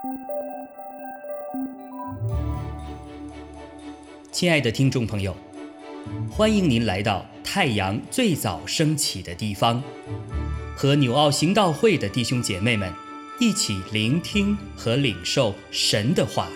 亲爱的听众朋友，欢迎您来到太阳最早升起的地方，和纽奥行道会的弟兄姐妹们一起聆听和领受神的话。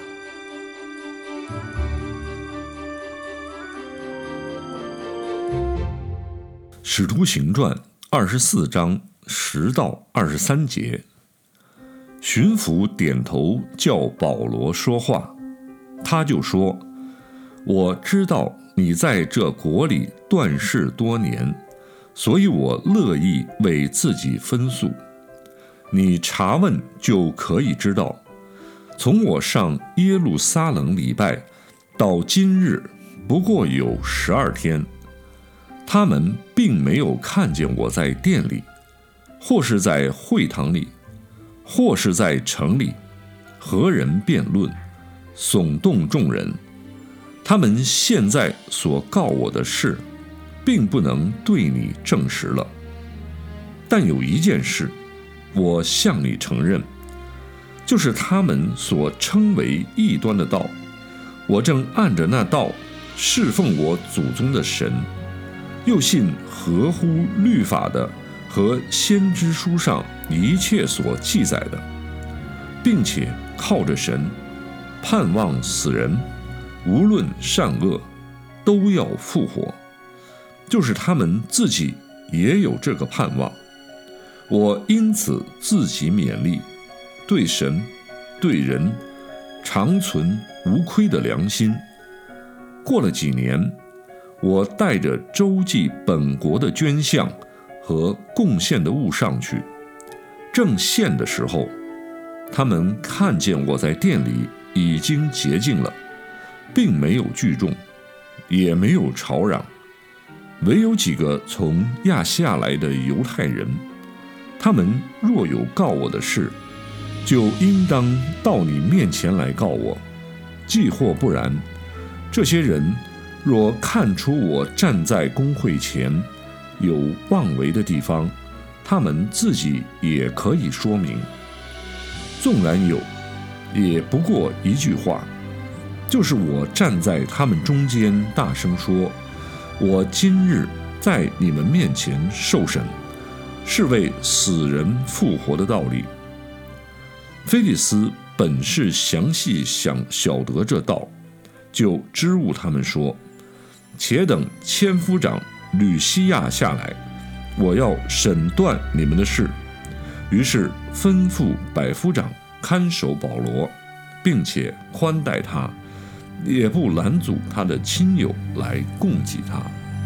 使徒行传24章10到23节，巡抚点头叫保罗说话，他就说：我知道你在这国里断事多年，所以我乐意为自己分诉。你查问就可以知道，从我上耶路撒冷礼拜到今日不过有12天，他们并没有看见我在殿里，或是在会堂里，或是在城里和人辩论，耸动众人。他们现在所告我的事，并不能对你证实了。但有一件事，我向你承认，就是他们所称为异端的道，我正按着那道侍奉我祖宗的神，又信合乎律法的和先知书上一切所记载的，并且靠着神，盼望死人无论善恶都要复活，就是他们自己也有这个盼望。我因此自己勉励，对神对人常存无亏的良心。过了几年，我带着周济本国的捐项和贡献的物上去，正献的时候，他们看见我在店里已经洁净了，并没有聚众，也没有吵嚷，唯有几个从亚细亚来的犹太人，他们若有告我的事，就应当到你面前来告我，既或不然，这些人若看出我站在公会前有妄为的地方，他们自己也可以说明。纵然有，也不过一句话，就是我站在他们中间大声说，我今日在你们面前受审，是为死人复活的道理。腓利斯本是详细想晓得这道，就支吾他们说，且等千夫长吕西亚下来，我要审断你们的事。于是吩咐百夫长看守保罗，并且宽待他，也不拦阻他的亲友来供给他。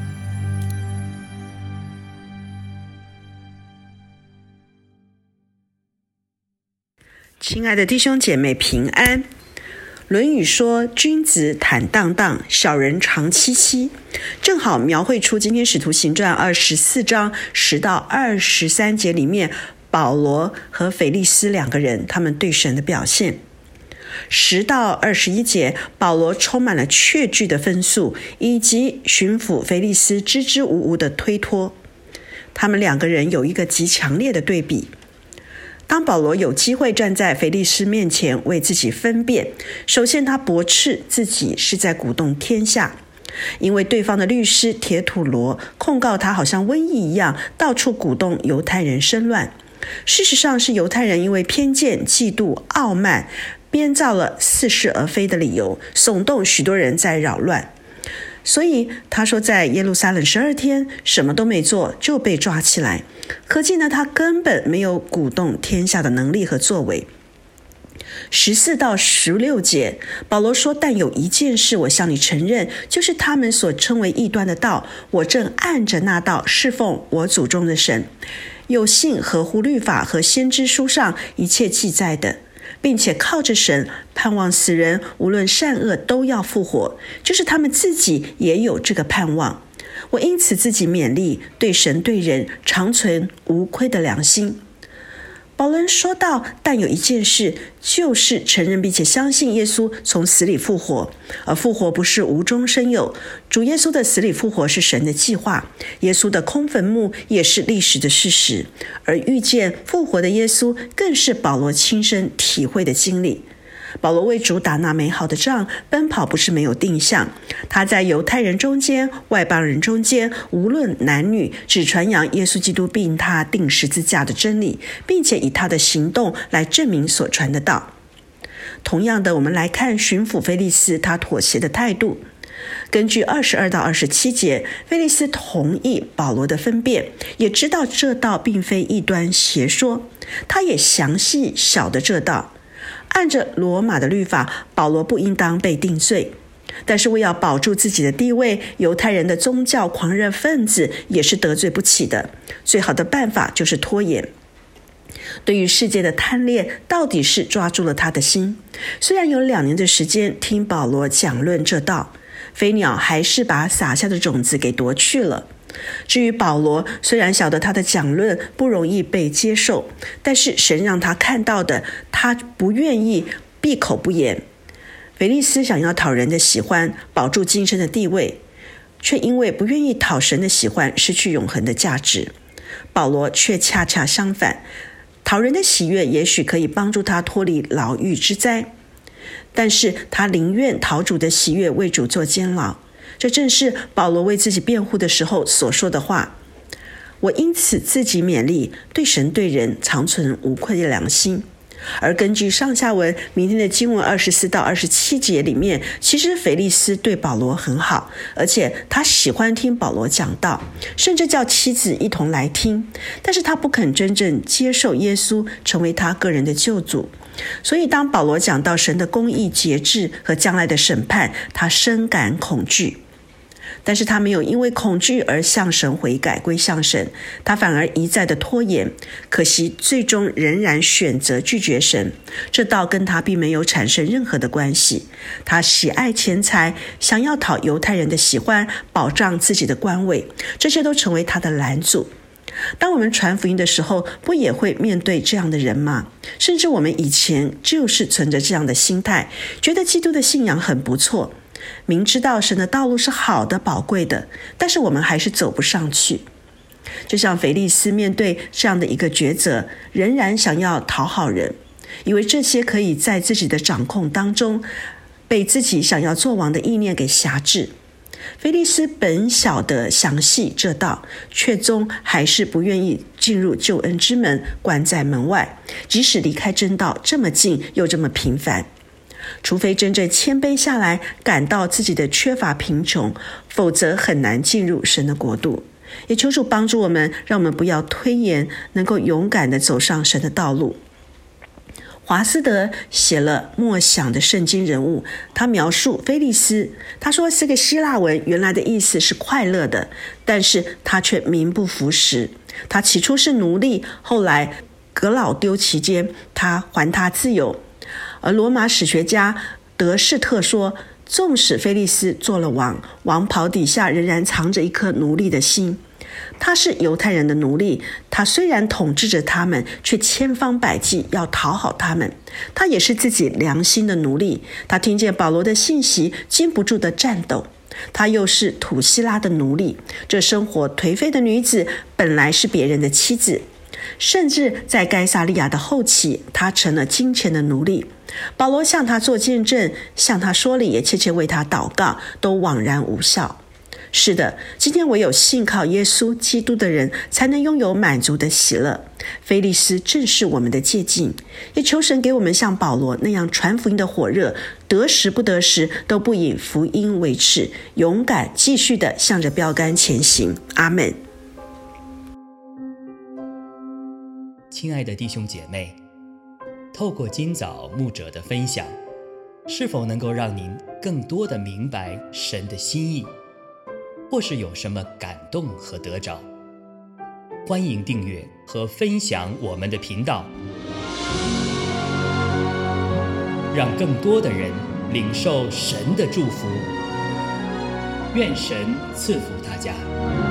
亲爱的弟兄姐妹平安。论语说君子坦荡荡，小人长戚戚，正好描绘出今天使徒行传24章10到23节里面保罗和腓利斯两个人他们对神的表现。10到21节，保罗充满了确据的分诉，以及巡抚腓利斯支支吾吾的推脱。他们两个人有一个极强烈的对比。当保罗有机会站在腓利斯面前为自己分辨，首先他驳斥自己是在鼓动天下，因为对方的律师铁土罗控告他好像瘟疫一样，到处鼓动犹太人生乱。事实上是犹太人因为偏见、嫉妒、傲慢，编造了似是而非的理由，耸动许多人在扰乱。所以他说在耶路撒冷12天什么都没做就被抓起来，可见呢他根本没有鼓动天下的能力和作为。14到16节，保罗说，但有一件事我向你承认，就是他们所称为异端的道，我正按着那道侍奉我祖宗的神，有信合乎律法和先知书上一切记载的，并且靠着神盼望死人无论善恶都要复活，就是他们自己也有这个盼望。我因此自己勉励，对神对人常存无亏的良心。 保罗说道，但有一件事，就是承认并且相信耶稣从死里复活，而复活不是无中生有，主耶稣的死里复活是神的计划，耶稣的空坟墓也是历史的事实，而遇见复活的耶稣更是保罗亲身体会的经历。保罗为主打那美好的仗，奔跑不是没有定向，他在犹太人中间、外邦人中间，无论男女，只传扬耶稣基督并他钉十字架的真理，并且以他的行动来证明所传的道。同样的，我们来看巡抚腓利斯他妥协的态度。根据22到27节，腓利斯同意保罗的分辨，也知道这道并非异端邪说，他也详细晓得这道。按着罗马的律法，保罗不应当被定罪，但是为要保住自己的地位，犹太人的宗教狂热分子也是得罪不起的，最好的办法就是拖延。对于世界的贪恋，到底是抓住了他的心。虽然有2年的时间听保罗讲论这道，飞鸟还是把撒下的种子给夺去了。至于保罗，虽然晓得他的讲论不容易被接受，但是神让他看到的，他不愿意闭口不言。腓利斯想要讨人的喜欢，保住今生的地位，却因为不愿意讨神的喜欢，失去永恒的价值。保罗却恰恰相反，讨人的喜悦也许可以帮助他脱离牢狱之灾，但是他宁愿讨主的喜悦，为主做监牢。这正是保罗为自己辩护的时候所说的话，我因此自己勉励，对神对人常存无愧的良心。而根据上下文明天的经文24到27节里面，其实腓利斯对保罗很好，而且他喜欢听保罗讲道，甚至叫妻子一同来听，但是他不肯真正接受耶稣成为他个人的救主。所以当保罗讲到神的公义、节制和将来的审判，他深感恐惧。但是他没有因为恐惧而向神悔改归向神，他反而一再的拖延，可惜最终仍然选择拒绝神。这倒跟他并没有产生任何的关系。他喜爱钱财，想要讨犹太人的喜欢，保障自己的官位，这些都成为他的拦阻。当我们传福音的时候，不也会面对这样的人吗？甚至我们以前就是存着这样的心态，觉得基督的信仰很不错，明知道神的道路是好的、宝贵的，但是我们还是走不上去。就像腓利斯面对这样的一个抉择，仍然想要讨好人，以为这些可以在自己的掌控当中，被自己想要做王的意念给辖制。腓利斯本晓得详细这道，却终还是不愿意进入救恩之门，关在门外，即使离开真道这么近又这么频繁。除非真正谦卑下来，感到自己的缺乏贫穷，否则很难进入神的国度。也求主帮助我们，让我们不要推延，能够勇敢地走上神的道路。华斯德写了默想的圣经人物，他描述腓利斯，他说这个希腊文原来的意思是快乐的，但是他却名不符实。他起初是奴隶，后来革老丢期间，他还他自由。而罗马史学家德士特说，纵使腓利斯做了王，王袍底下仍然藏着一颗奴隶的心。他是犹太人的奴隶，他虽然统治着他们，却千方百计要讨好他们。他也是自己良心的奴隶，他听见保罗的信息，禁不住的颤抖。他又是土希拉的奴隶，这生活颓废的女子本来是别人的妻子，甚至在该撒利亚的后期，他成了金钱的奴隶。保罗向他做见证，向他说理，也切切为他祷告，都枉然无效。是的，今天唯有信靠耶稣基督的人，才能拥有满足的喜乐。腓利斯正是我们的借鉴，也求神给我们像保罗那样传福音的火热，得时不得时都不以福音为耻，勇敢继续的向着标杆前行。阿们。 亲爱的弟兄姐妹，透过今早牧者的分享，是否能够让您更多的明白神的心意，或是有什么感动和得着？欢迎订阅和分享我们的频道，让更多的人领受神的祝福。愿神赐福大家。